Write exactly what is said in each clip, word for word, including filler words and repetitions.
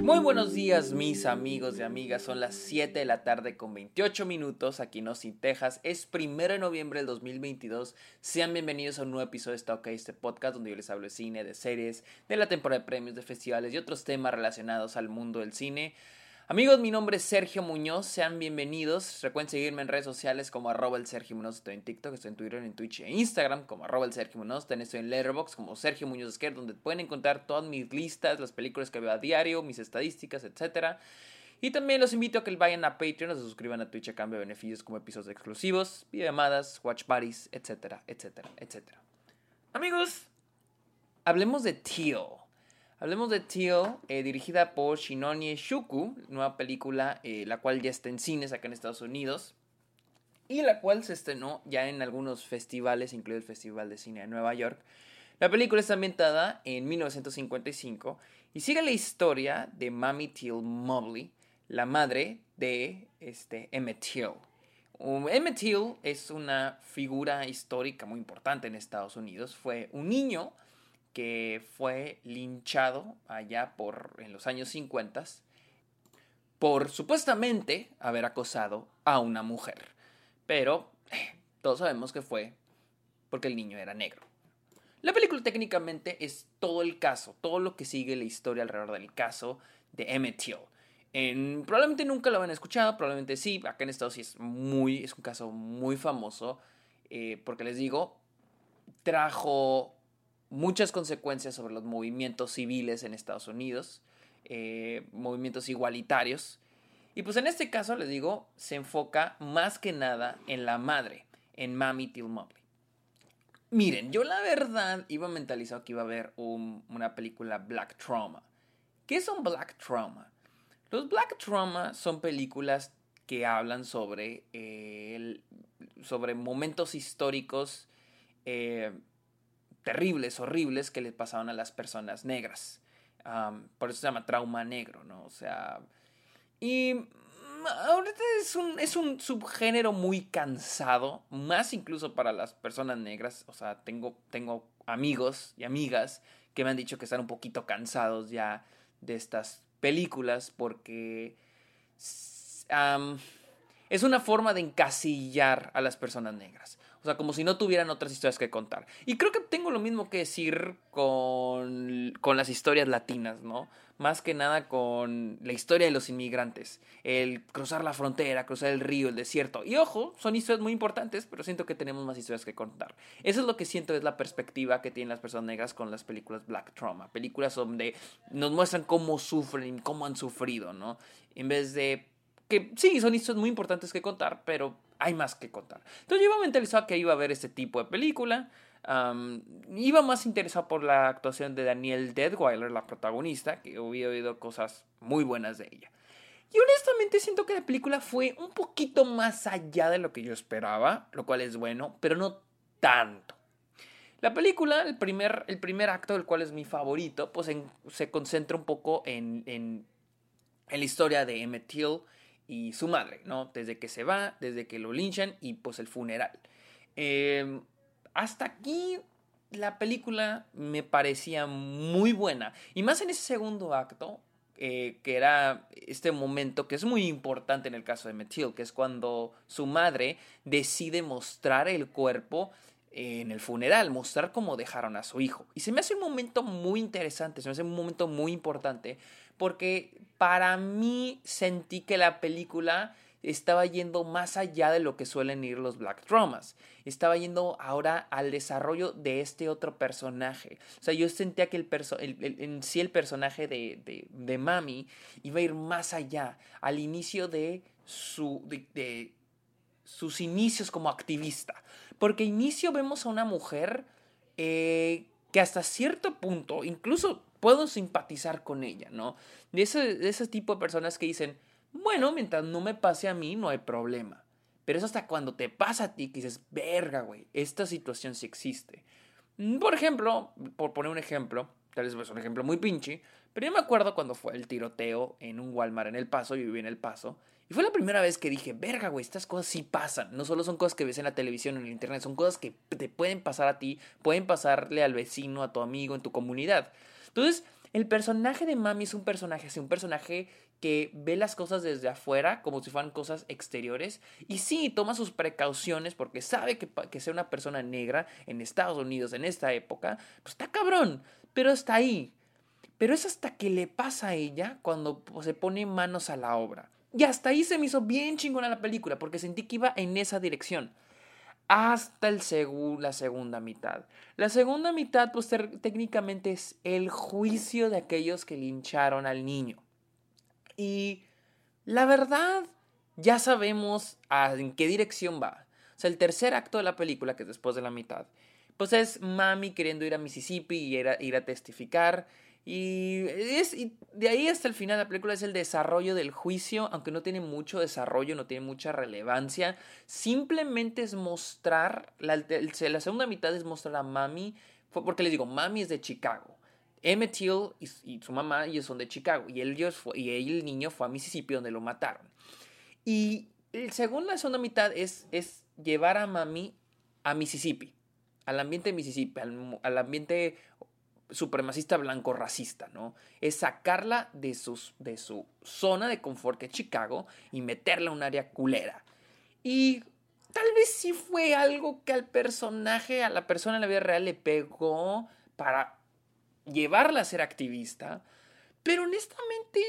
Muy buenos días mis amigos y amigas, son las siete de la tarde con veintiocho minutos aquí en Austin, Texas. Es primero de noviembre del dos mil veintidós. Sean bienvenidos a un nuevo episodio de Está OK, este podcast donde yo les hablo de cine, de series, de la temporada de premios, de festivales y otros temas relacionados al mundo del cine. Amigos, mi nombre es Sergio Muñoz, sean bienvenidos. Recuerden seguirme en redes sociales como arroba el Sergio Muñoz. Estoy en TikTok, estoy en Twitter, en Twitch e Instagram como arroba el Sergio Muñoz. También estoy en Letterboxd como Sergio Muñoz Esquer, donde pueden encontrar todas mis listas, las películas que veo a diario, mis estadísticas, etcétera. Y también los invito a que vayan a Patreon o se suscriban a Twitch a cambio de beneficios como episodios exclusivos, videollamadas, watch parties, etcétera, etcétera, etcétera. Amigos, hablemos de Teal. Hablemos de Teal, eh, dirigida por Shinonye Shuko, nueva película, eh, la cual ya está en cines acá en Estados Unidos, y la cual se estrenó ya en algunos festivales, incluido el Festival de Cine de Nueva York. La película está ambientada en mil novecientos cincuenta y cinco y sigue la historia de Mamie Teal Mobley, la madre de este, Emmett Till. Um, Emmett Till es una figura histórica muy importante en Estados Unidos. Fue un niño que fue linchado allá por en los años cincuenta por supuestamente haber acosado a una mujer. Pero eh, todos sabemos que fue porque el niño era negro. La película técnicamente es todo el caso, todo lo que sigue la historia alrededor del caso de Emmett Till. En, probablemente nunca lo habían escuchado, probablemente sí. Acá en Estados Unidos sí es, muy, es un caso muy famoso eh, porque les digo, trajo muchas consecuencias sobre los movimientos civiles en Estados Unidos, eh, movimientos igualitarios. Y pues en este caso, les digo, se enfoca más que nada en la madre, en Mamie Till Mobley. Miren, yo la verdad iba mentalizado que iba a ver un, una película Black Trauma. ¿Qué es un Black Trauma? Los Black Trauma son películas que hablan sobre, eh, el, sobre momentos históricos eh, terribles, horribles que les pasaban a las personas negras. Um, por eso se llama trauma negro, ¿no? O sea, y ahorita es un, es un subgénero muy cansado, más incluso para las personas negras. O sea, tengo, tengo amigos y amigas que me han dicho que están un poquito cansados ya de estas películas porque um, es una forma de encasillar a las personas negras. O sea, como si no tuvieran otras historias que contar. Y creo que tengo lo mismo que decir con, con las historias latinas, ¿no? Más que nada con la historia de los inmigrantes. El cruzar la frontera, cruzar el río, el desierto. Y ojo, son historias muy importantes, pero siento que tenemos más historias que contar. Eso es lo que siento es la perspectiva que tienen las personas negras con las películas Black Trauma. Películas donde nos muestran cómo sufren, cómo han sufrido, ¿no? En vez de que sí, son historias muy importantes que contar, pero hay más que contar. Entonces yo iba mentalizado que iba a ver este tipo de película. Um, iba más interesado por la actuación de Danielle Deadwyler, la protagonista, que había oído cosas muy buenas de ella. Y honestamente siento que la película fue un poquito más allá de lo que yo esperaba, lo cual es bueno, pero no tanto. La película, el primer, el primer acto, el cual es mi favorito, pues en, se concentra un poco en, en, en la historia de Emmett Till y su madre, ¿no? Desde que se va, desde que lo linchan y pues el funeral. Eh, hasta aquí la película me parecía muy buena. Y más en ese segundo acto, eh, que era este momento que es muy importante en el caso de Emmett Till, que es cuando su madre decide mostrar el cuerpo en el funeral, mostrar cómo dejaron a su hijo. Y se me hace un momento muy interesante, se me hace un momento muy importante, porque para mí sentí que la película estaba yendo más allá de lo que suelen ir los Black Traumas. Estaba yendo ahora al desarrollo de este otro personaje. O sea, yo sentía que el perso- el, el, en sí el personaje de, de, de Mamie iba a ir más allá, al inicio de, su, de, de sus inicios como activista. Porque inicio vemos a una mujer eh, que hasta cierto punto incluso puedo simpatizar con ella, ¿no? De ese, de ese tipo de personas que dicen, bueno, mientras no me pase a mí, no hay problema. Pero es hasta cuando te pasa a ti que dices, verga, güey, esta situación sí existe. Por ejemplo, por poner un ejemplo, tal vez es un ejemplo muy pinche, pero yo me acuerdo cuando fue el tiroteo en un Walmart en El Paso, yo viví en El Paso, y fue la primera vez que dije, verga, güey, estas cosas sí pasan. No solo son cosas que ves en la televisión o en el internet, son cosas que te pueden pasar a ti, pueden pasarle al vecino, a tu amigo, en tu comunidad. Entonces, El personaje de Mami es un personaje así, un personaje que ve las cosas desde afuera como si fueran cosas exteriores y sí, toma sus precauciones porque sabe que, que ser una persona negra en Estados Unidos en esta época, pues está cabrón, pero está ahí. Pero es hasta que le pasa a ella cuando pues, se pone manos a la obra. Y hasta ahí se me hizo bien chingona la película porque sentí que iba en esa dirección. Hasta el segu la segunda mitad. La segunda mitad, pues técnicamente es el juicio de aquellos que lincharon al niño. Y la verdad, ya sabemos a, en qué dirección va. O sea, el tercer acto de la película, que es después de la mitad, pues es Mami queriendo ir a Mississippi y ir a, ir a testificar. Y, es, y de ahí hasta el final de la película es el desarrollo del juicio, aunque no tiene mucho desarrollo, no tiene mucha relevancia. Simplemente es mostrar, la, la segunda mitad es mostrar a Mami, porque les digo, Mami es de Chicago. Emmett Till y, y su mamá, ellos son de Chicago. Y, él, ellos fue, y él, el niño fue a Mississippi donde lo mataron. Y según la segunda mitad es, es llevar a Mami a Mississippi. Al ambiente de Mississippi. Al, al ambiente supremacista blanco racista, ¿no? Es sacarla de, sus, de su zona de confort que es Chicago y meterla a un área culera. Y tal vez sí fue algo que al personaje, a la persona en la vida real le pegó para llevarla a ser activista, pero honestamente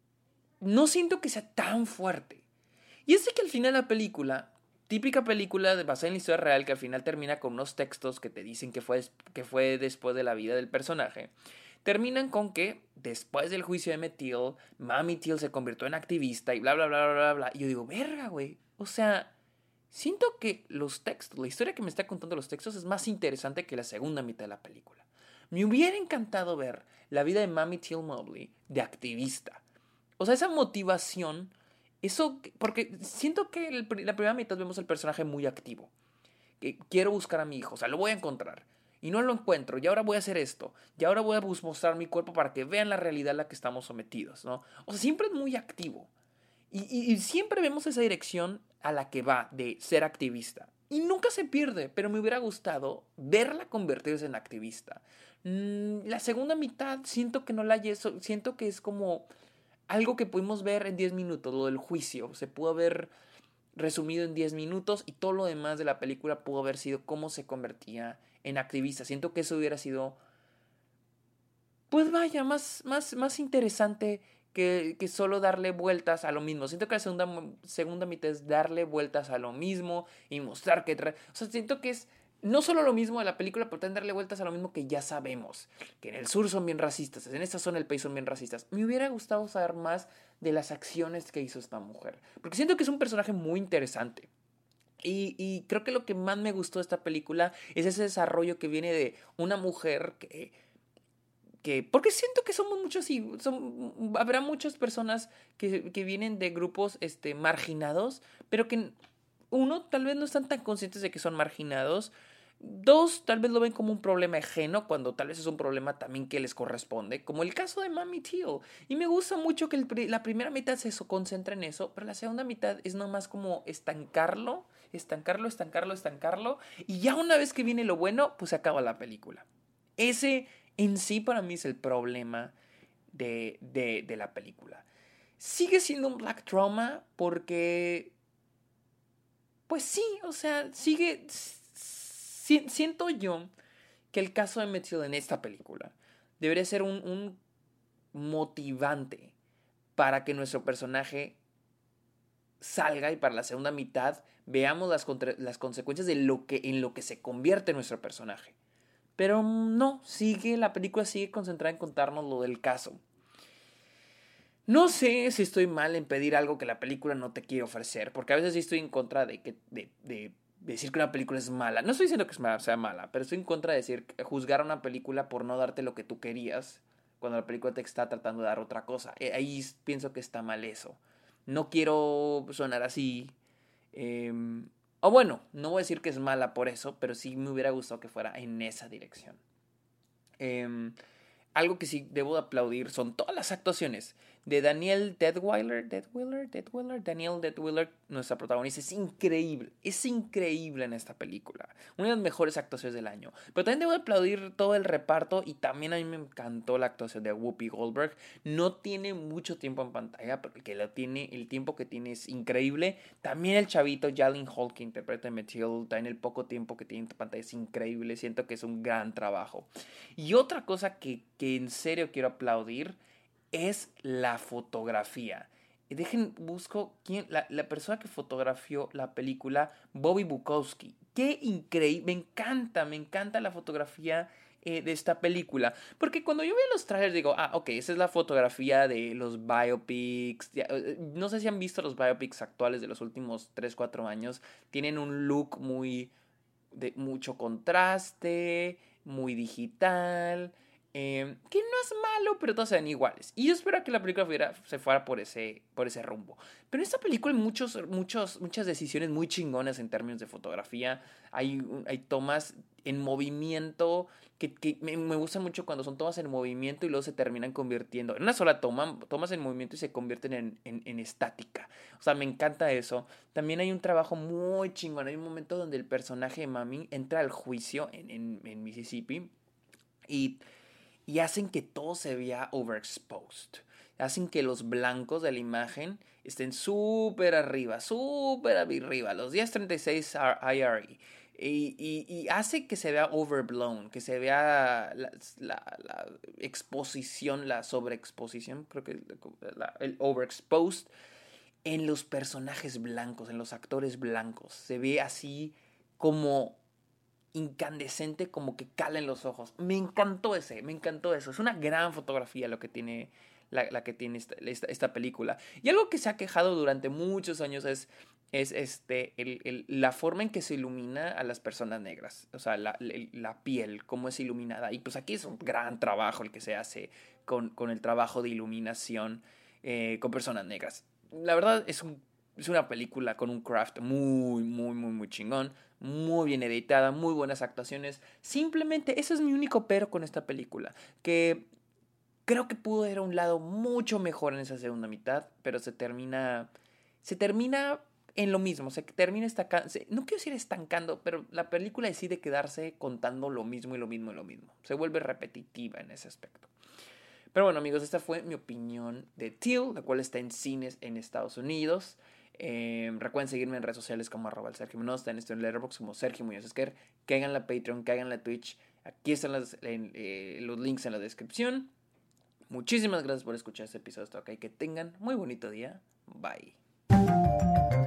no siento que sea tan fuerte. Y es de que al final la película, típica película basada en la historia real, que al final termina con unos textos que te dicen que fue, que fue después de la vida del personaje, terminan con que después del juicio de Emmett Till, Mami Till se convirtió en activista y bla, bla, bla, bla, bla, bla. Y yo digo, verga, güey. O sea, siento que los textos, la historia que me está contando los textos es más interesante que la segunda mitad de la película. Me hubiera encantado ver la vida de Mami Till Mobley de activista. O sea, esa motivación, eso, porque siento que el, la primera mitad vemos el personaje muy activo. Que quiero buscar a mi hijo, o sea, lo voy a encontrar. Y no lo encuentro, y ahora voy a hacer esto. Y ahora voy a mostrar mi cuerpo para que vean la realidad a la que estamos sometidos, ¿no? O sea, siempre es muy activo. Y, y, y siempre vemos esa dirección a la que va de ser activista. Y nunca se pierde, pero me hubiera gustado verla convertirse en activista. Mm, la segunda mitad siento que no la hay, siento que es como algo que pudimos ver en diez minutos, lo del juicio. Se pudo haber resumido en diez minutos y todo lo demás de la película pudo haber sido cómo se convertía en activista. Siento que eso hubiera sido, pues vaya, más, más, más interesante que, que solo darle vueltas a lo mismo. Siento que la segunda, segunda mitad es darle vueltas a lo mismo y mostrar que trae. O sea, siento que es no solo lo mismo de la película, pero también darle vueltas a lo mismo que ya sabemos. Que en el sur son bien racistas, en esta zona del país son bien racistas. Me hubiera gustado saber más de las acciones que hizo esta mujer. Porque siento que es un personaje muy interesante. Y, y creo que lo que más me gustó de esta película es ese desarrollo que viene de una mujer que... que porque siento que somos muchos y son, habrá muchas personas que, que vienen de grupos este, marginados, pero que uno, tal vez no están tan conscientes de que son marginados. Dos, tal vez lo ven como un problema ajeno cuando tal vez es un problema también que les corresponde, como el caso de Mami Till. Y me gusta mucho que el, la primera mitad se concentra en eso, pero la segunda mitad es nomás como estancarlo, estancarlo, estancarlo, estancarlo. Y ya una vez que viene lo bueno, pues se acaba la película. Ese en sí para mí es el problema de, de, de la película. Sigue siendo un black trauma porque... Pues sí, o sea, sigue... Si, siento yo que el caso de Emmett Till en esta película debería ser un, un motivante para que nuestro personaje salga y para la segunda mitad veamos las, contra, las consecuencias de lo que, en lo que se convierte nuestro personaje. Pero no, sigue, la película sigue concentrada en contarnos lo del caso. No sé si estoy mal en pedir algo que la película no te quiere ofrecer, porque a veces sí estoy en contra de, que, de, de decir que una película es mala. No estoy diciendo que sea mala, pero estoy en contra de decir, juzgar a una película por no darte lo que tú querías, cuando la película te está tratando de dar otra cosa. Ahí pienso que está mal eso. No quiero sonar así. Eh, o bueno, no voy a decir que es mala por eso, pero sí me hubiera gustado que fuera en esa dirección. Eh, algo que sí debo de aplaudir son todas las actuaciones. de Danielle Deadwyler, Deadwyler, Deadwyler, Danielle Deadwyler, nuestra protagonista, es increíble, es increíble en esta película, una de las mejores actuaciones del año. Pero también debo aplaudir todo el reparto y también a mí me encantó la actuación de Whoopi Goldberg. No tiene mucho tiempo en pantalla, pero el que lo tiene, el tiempo que tiene es increíble. También el chavito Jalen Hall que interpreta a Mathilde, también el poco tiempo que tiene en pantalla es increíble, siento que es un gran trabajo. Y otra cosa que, que en serio quiero aplaudir es la fotografía. Dejen, busco quién, la, la persona que fotografió la película, Bobby Bukowski. Qué increíble, me encanta, me encanta la fotografía eh, de esta película. Porque cuando yo veo los trailers digo, ah, ok, esa es la fotografía de los biopics. Ya, eh, no sé si han visto los biopics actuales de los últimos tres, cuatro años. Tienen un look muy de mucho contraste, muy digital. Eh, que no es malo, pero todos se ven iguales. Y yo espero que la película fuera, se fuera por ese, por ese rumbo. Pero en esta película hay muchos, muchos, muchas decisiones muy chingonas en términos de fotografía. Hay, hay tomas en movimiento que, que me, me gustan mucho cuando son tomas en movimiento y luego se terminan convirtiendo en una sola toma, tomas en movimiento y se convierten en, en, en estática. O sea, me encanta eso. También hay un trabajo muy chingón. Hay un momento donde el personaje de Mami entra al juicio en, en, en Mississippi y... y hacen que todo se vea overexposed. Hacen que los blancos de la imagen estén súper arriba, súper arriba, los diez treinta y seis I R E. Y, y, y hace que se vea overblown, que se vea la, la, la exposición, la sobreexposición, creo que la, el overexposed en los personajes blancos, en los actores blancos. Se ve así como incandescente, como que cala en los ojos. Me encantó ese, me encantó eso. Es una gran fotografía lo que tiene la, la que tiene esta, esta, esta película. Y algo que se ha quejado durante muchos años es, es este, el, el, la forma en que se ilumina a las personas negras. O sea, la, la, la piel, cómo es iluminada. Y pues aquí es un gran trabajo el que se hace con, con el trabajo de iluminación eh, con personas negras. La verdad es un Es una película con un craft muy, muy, muy, muy chingón. Muy bien editada, muy buenas actuaciones. Simplemente, ese es mi único pero con esta película. Que creo que pudo ir a un lado mucho mejor en esa segunda mitad. Pero se termina... Se termina en lo mismo. Se termina estancando. No quiero decir estancando, pero la película decide quedarse contando lo mismo y lo mismo y lo mismo. Se vuelve repetitiva en ese aspecto. Pero bueno, amigos, esta fue mi opinión de Till, la cual está en cines en Estados Unidos. Eh, recuerden seguirme en redes sociales como arroba el Sergio Munoz, en esto en Letterboxd como Sergio Muñoz Esquer. Que hagan la Patreon, que hagan la Twitch. Aquí están las, en, eh, los links en la descripción. Muchísimas gracias por escuchar este episodio hasta acá y que tengan muy bonito día. Bye.